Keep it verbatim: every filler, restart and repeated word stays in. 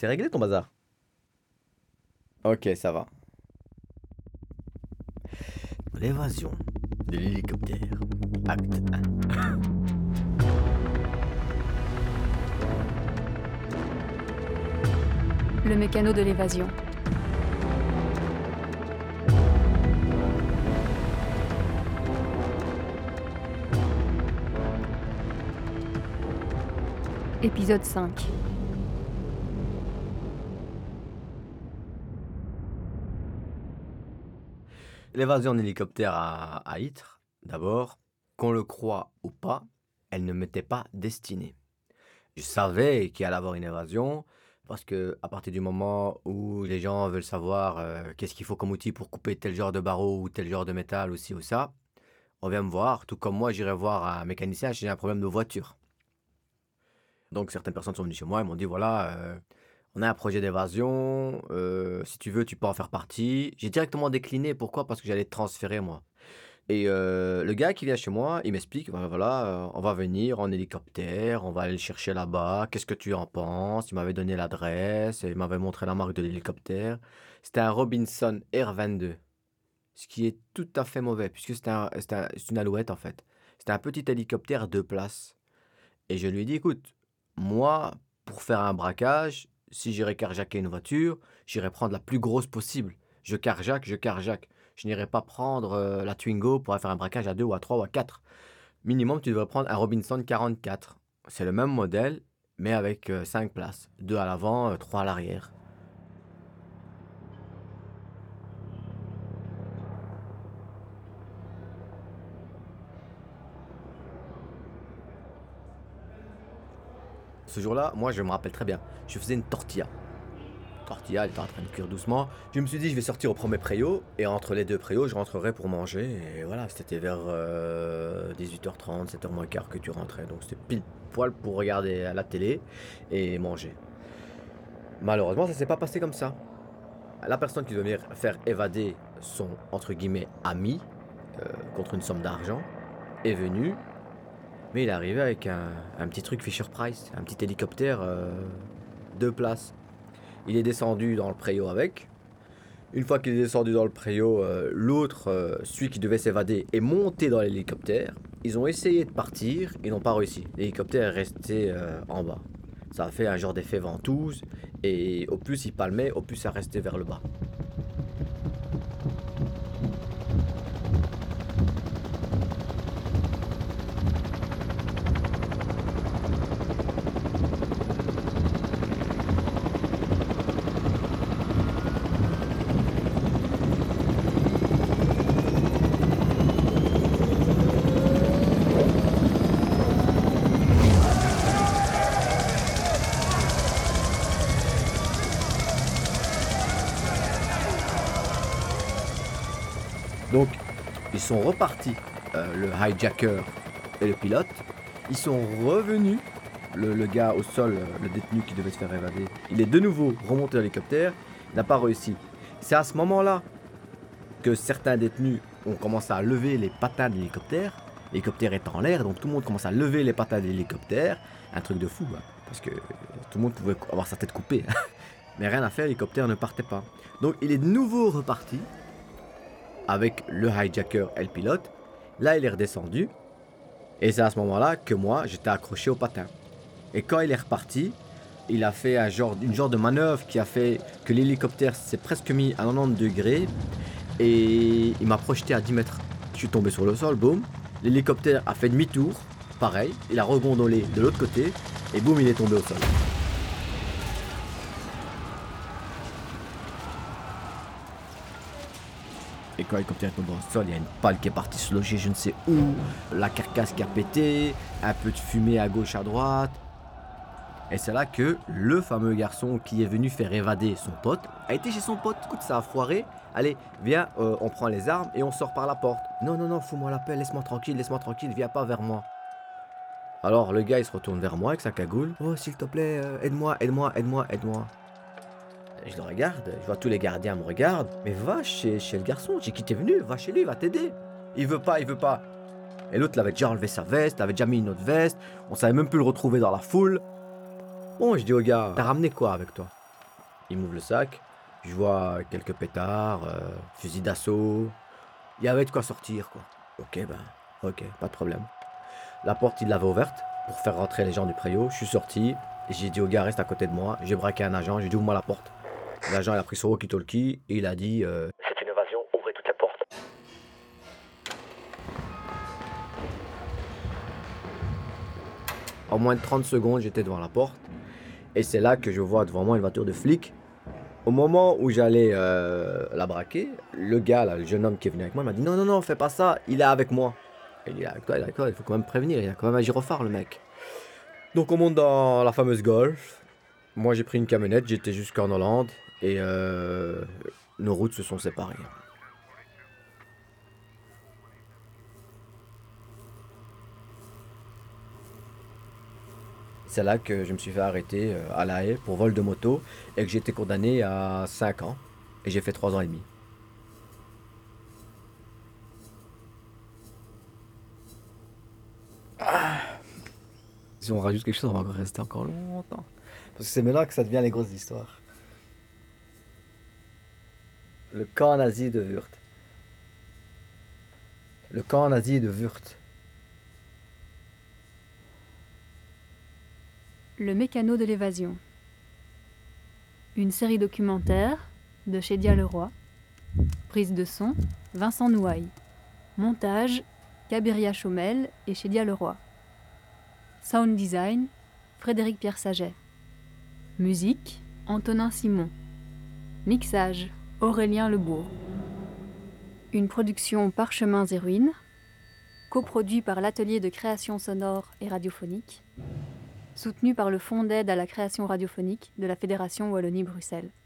C'est réglé ton bazar? Ok, ça va. L'évasion de l'hélicoptère. Acte un. Le mécano de l'évasion. Épisode cinq. L'évasion en hélicoptère à, à Ytre, d'abord, qu'on le croit ou pas, elle ne m'était pas destinée. Je savais qu'il allait y avoir une évasion, parce que à partir du moment où les gens veulent savoir euh, qu'est-ce qu'il faut comme outil pour couper tel genre de barreau ou tel genre de métal ou ci ou ça, on vient me voir, tout comme moi j'irai voir un mécanicien si j'ai un problème de voiture. Donc certaines personnes sont venues chez moi et m'ont dit voilà, euh, on a un projet d'évasion, euh, si tu veux tu peux en faire partie. J'ai directement décliné, pourquoi? Parce que j'allais te transférer moi. Et euh, le gars qui vient chez moi, il m'explique, voilà, voilà, euh, on va venir en hélicoptère, on va aller le chercher là-bas, qu'est-ce que tu en penses? Il m'avait donné l'adresse, et il m'avait montré la marque de l'hélicoptère. C'était un Robinson R vingt-deux, ce qui est tout à fait mauvais, puisque c'était un- c'était un- c'est une Alouette en fait. C'était un petit hélicoptère deux places. Et je lui ai dit, écoute, moi, pour faire un braquage, si j'irais carjacker une voiture, j'irais prendre la plus grosse possible. Je carjack, je carjack. Je n'irai pas prendre euh, la Twingo pour aller faire un braquage à deux ou à trois ou à quatre. Minimum, tu devrais prendre un Robinson quarante-quatre. C'est le même modèle, mais avec euh, cinq places. deux à l'avant, euh, trois à l'arrière. Ce jour-là, moi, je me rappelle très bien. Je faisais une tortilla. Tortilla, elle était en train de cuire doucement. Je me suis dit, je vais sortir au premier préau, et entre les deux préaux, je rentrerai pour manger. Et voilà, c'était vers euh, dix-huit heures trente, sept heures moins quart que tu rentrais. Donc c'était pile poil pour regarder à la télé et manger. Malheureusement, ça s'est pas passé comme ça. La personne qui devait venir faire évader son, entre guillemets, ami, euh, contre une somme d'argent, est venu, mais il est arrivé avec un, un petit truc Fisher-Price, un petit hélicoptère, euh, deux places. Il est descendu dans le préau avec. Une fois qu'il est descendu dans le préau, euh, l'autre, euh, celui qui devait s'évader, est monté dans l'hélicoptère. Ils ont essayé de partir, ils n'ont pas réussi. L'hélicoptère est resté euh, en bas. Ça a fait un genre d'effet ventouse, et au plus il palmait, au plus ça restait vers le bas. Donc, ils sont repartis, euh, le hijacker et le pilote. Ils sont revenus, le, le gars au sol, euh, le détenu qui devait se faire évader. Il est de nouveau remonté dans l'hélicoptère, il n'a pas réussi. C'est à ce moment-là que certains détenus ont commencé à lever les patins de l'hélicoptère. L'hélicoptère est en l'air, donc tout le monde commence à lever les patins de l'hélicoptère. Un truc de fou, hein, parce que tout le monde pouvait avoir sa tête coupée. Mais rien à faire, l'hélicoptère ne partait pas. Donc il est de nouveau reparti avec le hijacker et le pilote. Là, il est redescendu. Et c'est à ce moment-là que moi, j'étais accroché au patin. Et quand il est reparti, il a fait un genre, une genre de manœuvre qui a fait que l'hélicoptère s'est presque mis à quatre-vingt-dix degrés. Et il m'a projeté à dix mètres. Je suis tombé sur le sol, boum. L'hélicoptère a fait demi-tour. Pareil, il a regondolé de l'autre côté. Et boum, il est tombé au sol. Et quand l'hélicoptère est tombé au sol, il y a une pale qui est partie se loger je ne sais où, la carcasse qui a pété, un peu de fumée à gauche, à droite. Et c'est là que le fameux garçon qui est venu faire évader son pote a été chez son pote. Écoute, ça a foiré. Allez, viens, euh, on prend les armes et on sort par la porte. Non, non, non, fous-moi la paix, laisse-moi tranquille, laisse-moi tranquille, viens pas vers moi. Alors le gars, il se retourne vers moi avec sa cagoule. Oh, s'il te plaît, euh, aide-moi, aide-moi, aide-moi, aide-moi. Je le regarde, je vois tous les gardiens me regardent. Mais va chez, chez le garçon, chez qui t'es venu, va chez lui, va t'aider. Il veut pas, il veut pas. Et l'autre, il avait déjà enlevé sa veste, il avait déjà mis une autre veste. On savait même plus le retrouver dans la foule. Bon, je dis au gars, t'as ramené quoi avec toi? Il m'ouvre le sac, je vois quelques pétards, euh, fusil d'assaut. Il y avait de quoi sortir, quoi. Ok, ben, ok, pas de problème. La porte, il l'avait ouverte pour faire rentrer les gens du préau. Je suis sorti, j'ai dit au gars, reste à côté de moi. J'ai braqué un agent, j'ai dit, ouvre-moi la porte. L'agent, il a pris son walkie-talkie et il a dit, euh, c'est une évasion, ouvrez toutes les portes. En moins de trente secondes, j'étais devant la porte. Et c'est là que je vois devant moi une voiture de flic. Au moment où j'allais euh, la braquer, le gars, là, le jeune homme qui est venu avec moi, m'a dit non, non, non, fais pas ça, il est avec moi. Et il est avec toi, il est avec toi, il faut quand même prévenir, il a quand même un gyrophare, le mec. Donc on monte dans la fameuse Golf. Moi j'ai pris une camionnette, j'étais jusqu'en Hollande et euh, nos routes se sont séparées. C'est là que je me suis fait arrêter euh, à La Haye pour vol de moto et que j'ai été condamné à cinq ans. Et j'ai fait trois ans et demi. Si on rajoute quelque chose, on va encore rester encore longtemps. Parce que c'est maintenant que ça devient les grosses histoires. Le camp nazi de Wurth. Le camp nazi de Wurth. Le mécano de l'évasion. Une série documentaire de Chédia Leroy. Prise de son, Vincent Nouaille. Montage, Cabiria Chaumel et Chédia Leroy. Sound design, Frédéric Pierre Saget. Musique, Antonin Simon. Mixage, Aurélien Lebourg. Une production Parchemins et Ruines, coproduit par l'Atelier de création sonore et radiophonique, soutenu par le Fonds d'aide à la création radiophonique de la Fédération Wallonie-Bruxelles.